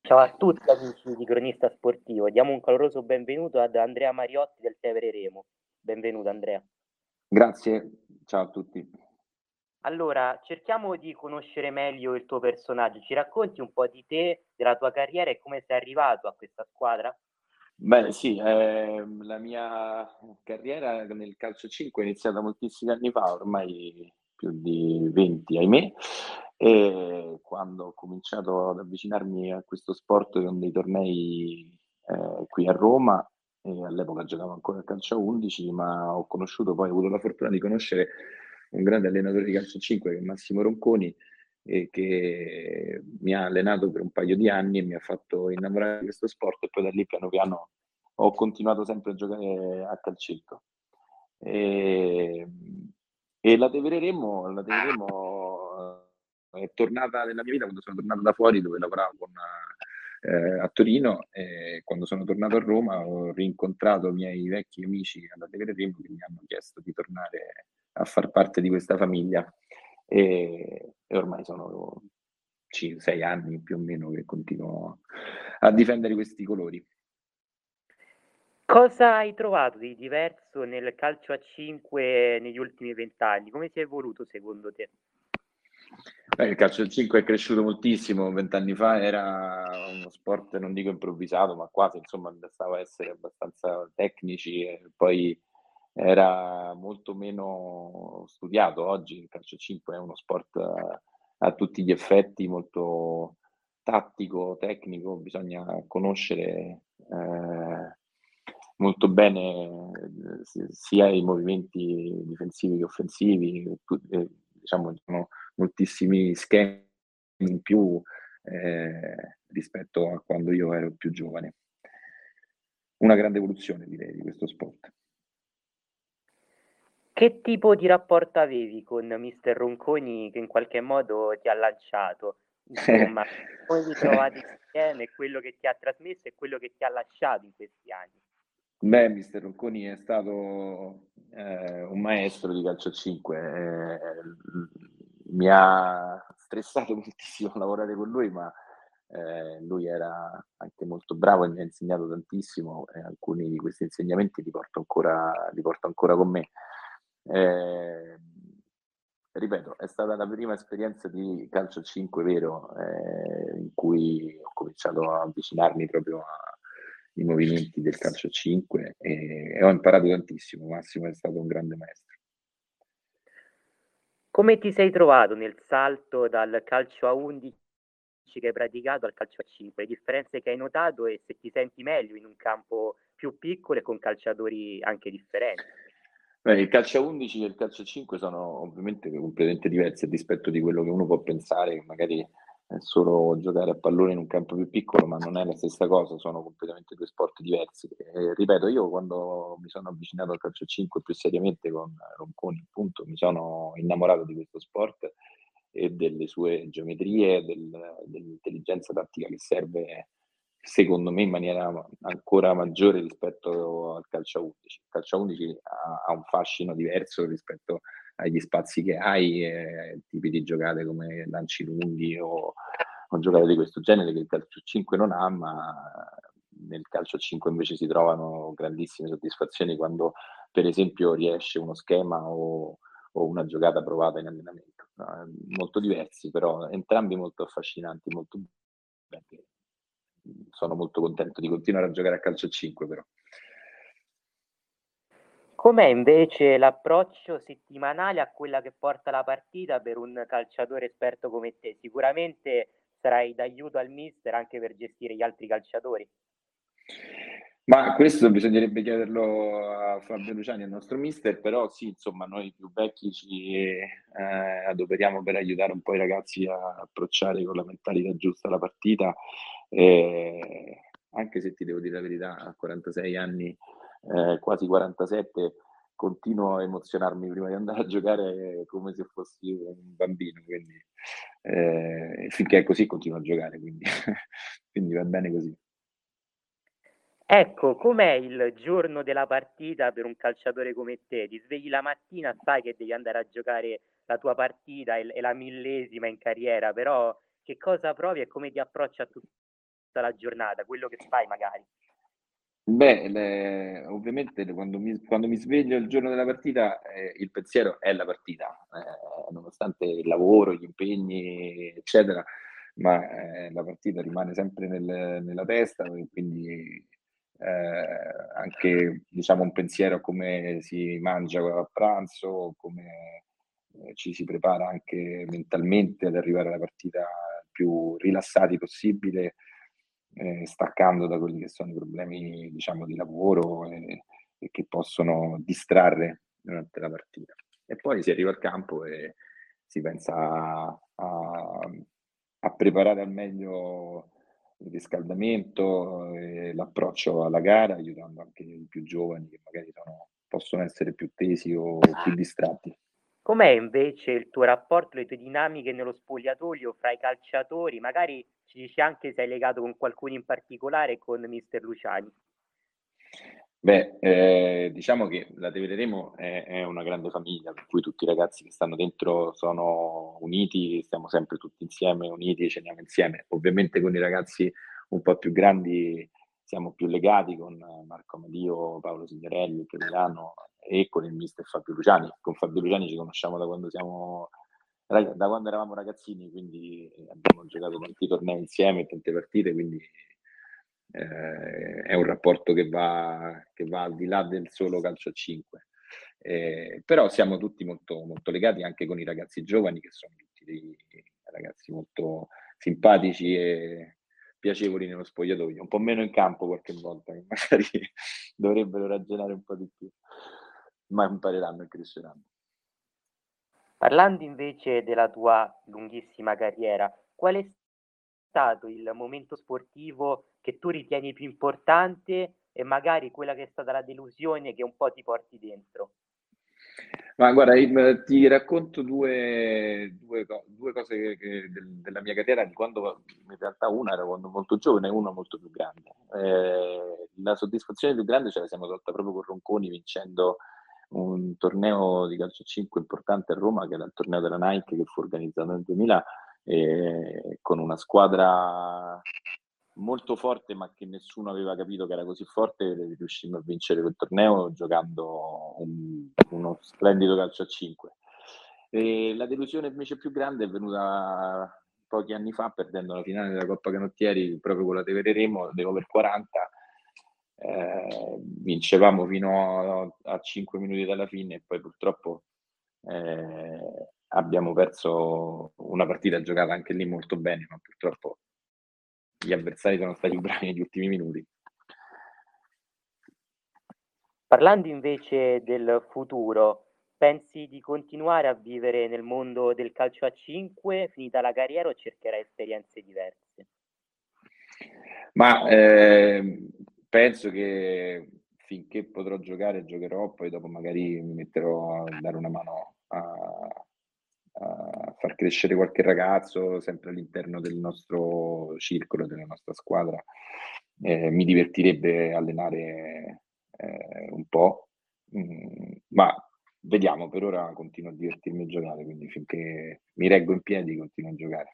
Ciao a tutti amici di Cronista Sportivo, diamo un caloroso benvenuto ad Andrea Mariotti del Tevere Remo. Benvenuto Andrea. Grazie, ciao a tutti. Allora, cerchiamo di conoscere meglio il tuo personaggio. Ci racconti un po' di te, della tua carriera e come sei arrivato a questa squadra? Beh sì, la mia carriera nel calcio 5 è iniziata moltissimi anni fa, ormai più di 20 ahimè, e quando ho cominciato ad avvicinarmi a questo sport con dei tornei, qui a Roma, e all'epoca giocavo ancora a calcio a 11, ma ho conosciuto poi ho avuto la fortuna di conoscere un grande allenatore di calcio a 5 che è Massimo Ronconi, e che mi ha allenato per un paio di anni e mi ha fatto innamorare di questo sport, e poi da lì piano piano ho continuato sempre a giocare a calcetto. Ehm, e la Tevere Remo è tornata nella mia vita quando sono tornato da fuori, dove lavoravo a Torino, e quando sono tornato a Roma ho rincontrato i miei vecchi amici alla Tevere Remo che mi hanno chiesto di tornare a far parte di questa famiglia. E ormai sono 6 anni più o meno che continuo a difendere questi colori. Cosa hai trovato di diverso nel calcio a 5 negli ultimi 20 anni? Come si è evoluto secondo te? Beh, il calcio del 5 è cresciuto moltissimo, 20 anni fa era uno sport, non dico improvvisato, ma quasi, insomma, bastava essere abbastanza tecnici, e poi era molto meno studiato. Oggi il calcio 5 è uno sport a tutti gli effetti molto tattico, tecnico, bisogna conoscere molto bene sia i movimenti difensivi che offensivi, diciamo, sono moltissimi schemi in più rispetto a quando io ero più giovane. Una grande evoluzione, direi, di questo sport. Che tipo di rapporto avevi con mister Ronconi che in qualche modo ti ha lanciato? Insomma, come vi trovate insieme, quello che ti ha trasmesso e quello che ti ha lasciato in questi anni? Beh, mister Ronconi è stato un maestro di calcio a 5, mi ha stressato moltissimo lavorare con lui, ma lui era anche molto bravo e mi ha insegnato tantissimo, e alcuni di questi insegnamenti li porto ancora con me. Ehm, Ripeto, è stata la prima esperienza di calcio a 5 vero, in cui ho cominciato a avvicinarmi proprio ai movimenti del calcio a 5, e ho imparato tantissimo. Massimo è stato un grande maestro. Come ti sei trovato nel salto dal calcio a 11 che hai praticato al calcio a 5? Le differenze che hai notato e se ti senti meglio in un campo più piccolo e con calciatori anche differenti? Beh, il calcio a 11 e il calcio a 5 sono ovviamente completamente diversi, a dispetto di quello che uno può pensare, che magari è solo giocare a pallone in un campo più piccolo, ma non è la stessa cosa, sono completamente 2 sport diversi. Ripeto, io quando mi sono avvicinato al calcio a 5 più seriamente con Ronconi, appunto, mi sono innamorato di questo sport e delle sue geometrie, dell'intelligenza tattica che serve, secondo me, in maniera ancora maggiore rispetto al calcio a 11. Il calcio a 11 ha un fascino diverso rispetto agli spazi che hai, tipi di giocate come lanci lunghi o giocate di questo genere, che il calcio a 5 non ha, ma nel calcio a 5 invece si trovano grandissime soddisfazioni quando, per esempio, riesce uno schema o una giocata provata in allenamento. Molto diversi, però entrambi molto affascinanti, molto belli. Sono molto contento di continuare a giocare a calcio a 5 però. Com'è invece l'approccio settimanale a quella che porta la partita per un calciatore esperto come te? Sicuramente sarai d'aiuto al mister anche per gestire gli altri calciatori. Ma questo bisognerebbe chiederlo a Fabio Luciani, il nostro mister, però sì, insomma, noi più vecchi ci adoperiamo per aiutare un po' i ragazzi a approcciare con la mentalità giusta la partita. Anche se ti devo dire la verità, a 46 anni, quasi 47, continuo a emozionarmi prima di andare a giocare come se fossi un bambino, quindi finché è così continuo a giocare, quindi, quindi va bene così. Ecco, com'è il giorno della partita per un calciatore come te? Ti svegli la mattina, sai che devi andare a giocare la tua partita, è la millesima in carriera, però che cosa provi e come ti approcci a tutto la giornata, quello che fai magari. Beh, ovviamente quando mi sveglio il giorno della partita, il pensiero è la partita, nonostante il lavoro, gli impegni, eccetera, ma la partita rimane sempre nella testa e quindi anche diciamo un pensiero a come si mangia a pranzo, come ci si prepara anche mentalmente ad arrivare alla partita più rilassati possibile, staccando da quelli che sono i problemi, diciamo, di lavoro e che possono distrarre durante la partita. E poi si arriva al campo e si pensa a preparare al meglio il riscaldamento e l'approccio alla gara, aiutando anche i più giovani che magari possono essere più tesi o più distratti. Com'è invece il tuo rapporto, le tue dinamiche nello spogliatoio fra i calciatori? Magari ci dici anche se hai legato con qualcuno in particolare con mister Luciani. Beh, diciamo che la Teveleremo è una grande famiglia, per cui tutti i ragazzi che stanno dentro sono uniti, stiamo sempre tutti insieme, uniti, ceniamo insieme. Ovviamente con i ragazzi un po' più grandi siamo più legati con Marco Amadio, Paolo Signorelli, Milano e con il mister Fabio Luciani. Con Fabio Luciani ci conosciamo da quando eravamo ragazzini, quindi abbiamo giocato tanti tornei insieme, tante partite, quindi è un rapporto che va al di là del solo calcio a 5. Però siamo tutti molto, molto legati anche con i ragazzi giovani, che sono tutti dei ragazzi molto simpatici e piacevoli nello spogliatoio, un po' meno in campo qualche volta, che magari dovrebbero ragionare un po' di più, ma impareranno e cresceranno. Parlando invece della tua lunghissima carriera, qual è stato il momento sportivo che tu ritieni più importante e magari quella che è stata la delusione che un po' ti porti dentro? Ma guarda, ti racconto due cose della mia carriera, di quando in realtà una era quando molto giovane e una molto più grande. La soddisfazione più grande ce la siamo tolta proprio con Ronconi vincendo un torneo di calcio a 5 importante a Roma, che era il torneo della Nike, che fu organizzato nel 2000, con una squadra molto forte, ma che nessuno aveva capito che era così forte, riuscimmo a vincere quel torneo giocando uno splendido calcio a 5. E la delusione invece più grande è venuta pochi anni fa, perdendo la finale della Coppa Canottieri proprio con la Tevereremo, dell'Over 40. Vincevamo fino a 5 minuti dalla fine e poi purtroppo abbiamo perso una partita giocata anche lì molto bene, ma purtroppo gli avversari sono stati bravi negli ultimi minuti. Parlando invece del futuro, pensi di continuare a vivere nel mondo del calcio a 5 finita la carriera o cercherai esperienze diverse? Ma penso che finché potrò giocare, giocherò, poi dopo magari mi metterò a dare una mano a far crescere qualche ragazzo, sempre all'interno del nostro circolo, della nostra squadra. Mi divertirebbe allenare un po', ma vediamo, per ora continuo a divertirmi a giocare, quindi finché mi reggo in piedi continuo a giocare.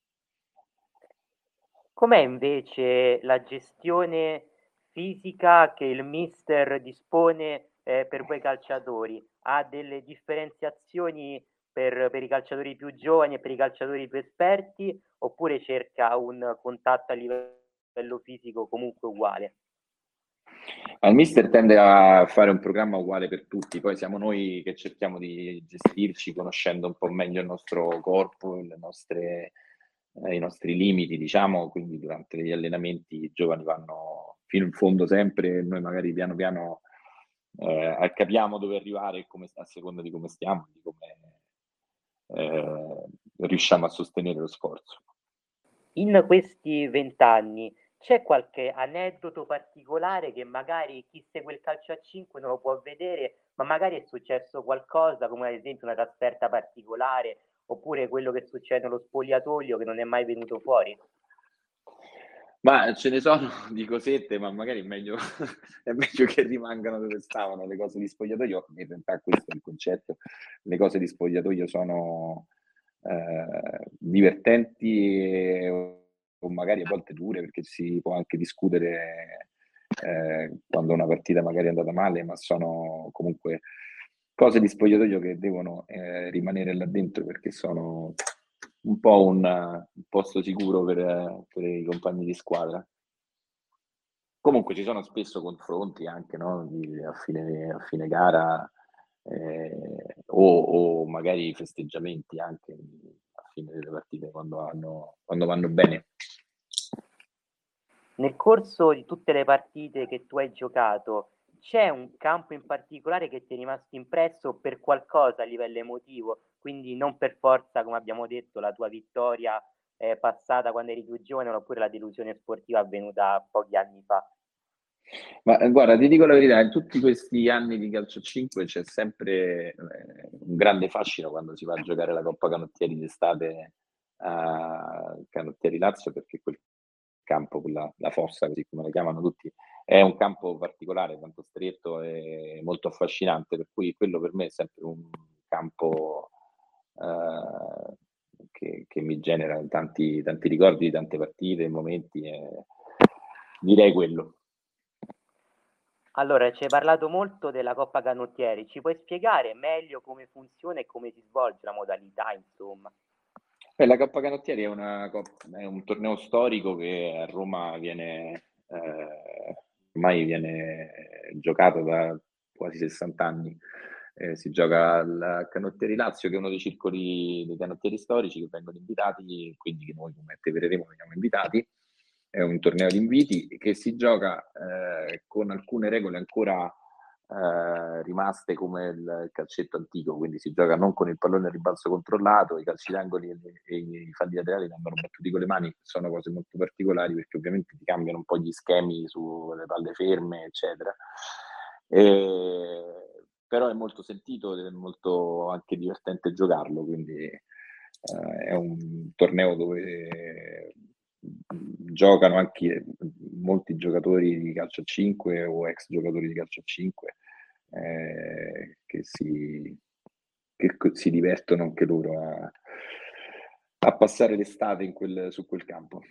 Com'è invece la gestione fisica che il mister dispone, per voi calciatori? Ha delle differenziazioni per i calciatori più giovani e per i calciatori più esperti, oppure cerca un contatto a livello fisico comunque uguale? Il mister tende a fare un programma uguale per tutti, poi siamo noi che cerchiamo di gestirci conoscendo un po' meglio il nostro corpo, i nostri limiti, diciamo, quindi durante gli allenamenti i giovani vanno fino in fondo sempre e noi magari piano piano capiamo dove arrivare e a seconda di come stiamo, di come riusciamo a sostenere lo sforzo. In questi 20 anni c'è qualche aneddoto particolare che magari chi segue il calcio a 5 non lo può vedere, ma magari è successo qualcosa, come ad esempio una trasferta particolare, oppure quello che succede nello spogliatoio che non è mai venuto fuori? Ma ce ne sono di cosette, ma magari è meglio, è meglio che rimangano dove stavano le cose di spogliatoio. In realtà questo è il concetto. Le cose di spogliatoio sono divertenti e o magari a volte dure, perché si può anche discutere quando una partita magari è andata male, ma sono comunque cose di spogliatoio che devono rimanere là dentro, perché sono un po' un posto sicuro per i compagni di squadra. Comunque ci sono spesso confronti anche, no, a fine gara, o magari festeggiamenti anche a fine delle partite quando vanno bene. Nel corso di tutte le partite che tu hai giocato, c'è un campo in particolare che ti è rimasto impresso per qualcosa a livello emotivo? Quindi non per forza, come abbiamo detto, la tua vittoria passata quando eri più giovane, oppure la delusione sportiva avvenuta pochi anni fa. Ma guarda, ti dico la verità, in tutti questi anni di calcio a 5 c'è sempre un grande fascino quando si va a giocare la Coppa Canottieri d'estate a Canottieri Lazio, perché quel campo, la fossa, così come la chiamano tutti, è un campo particolare, tanto stretto e molto affascinante, per cui quello per me è sempre un campo che mi genera tanti ricordi di tante partite, momenti, e direi quello. Allora, ci hai parlato molto della Coppa Canottieri, ci puoi spiegare meglio come funziona e come si svolge la modalità, insomma? La Coppa Canottieri è un torneo storico che a Roma ormai viene giocato da quasi 60 anni. Si gioca al Canottieri Lazio, che è uno dei circoli dei canottieri storici che vengono invitati, quindi che noi come Tevereremo veniamo invitati. È un torneo di inviti che si gioca con alcune regole ancora rimaste come il calcetto antico, quindi si gioca non con il pallone a ribalzo controllato, i calci d'angoli e i falli laterali vengono battuti con le mani, sono cose molto particolari perché ovviamente ti cambiano un po' gli schemi sulle palle ferme, eccetera. Però è molto sentito ed è molto anche divertente giocarlo, quindi è un torneo dove giocano anche molti giocatori di calcio a 5 o ex giocatori di calcio a 5 che si divertono anche loro a passare l'estate su quel campo.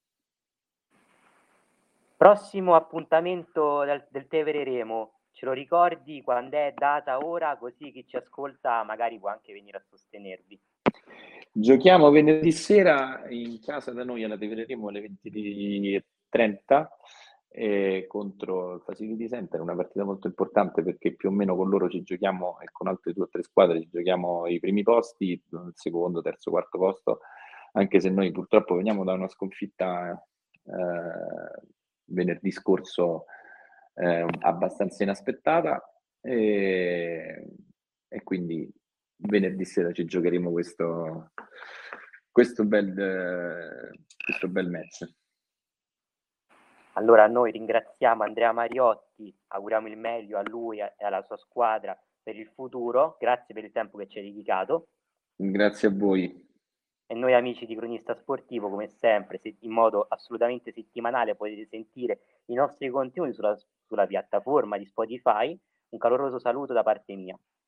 Prossimo appuntamento del Tevere Remo, ce lo ricordi quando è, data, ora, così chi ci ascolta magari può anche venire a sostenervi. Giochiamo venerdì sera in casa da noi alla Tevereremo alle 20:30 contro il Facility Center, una partita molto importante perché più o meno con loro ci giochiamo e con altre 2 o 3 squadre ci giochiamo i primi posti, il secondo, terzo, quarto posto, anche se noi purtroppo veniamo da una sconfitta venerdì scorso abbastanza inaspettata e quindi venerdì sera ci giocheremo questo bel match. Allora noi ringraziamo Andrea Mariotti, auguriamo il meglio a lui e alla sua squadra per il futuro, grazie per il tempo che ci hai dedicato. Grazie a voi. E noi amici di Cronista Sportivo, come sempre, in modo assolutamente settimanale potete sentire i nostri contenuti sulla piattaforma di Spotify. Un caloroso saluto da parte mia.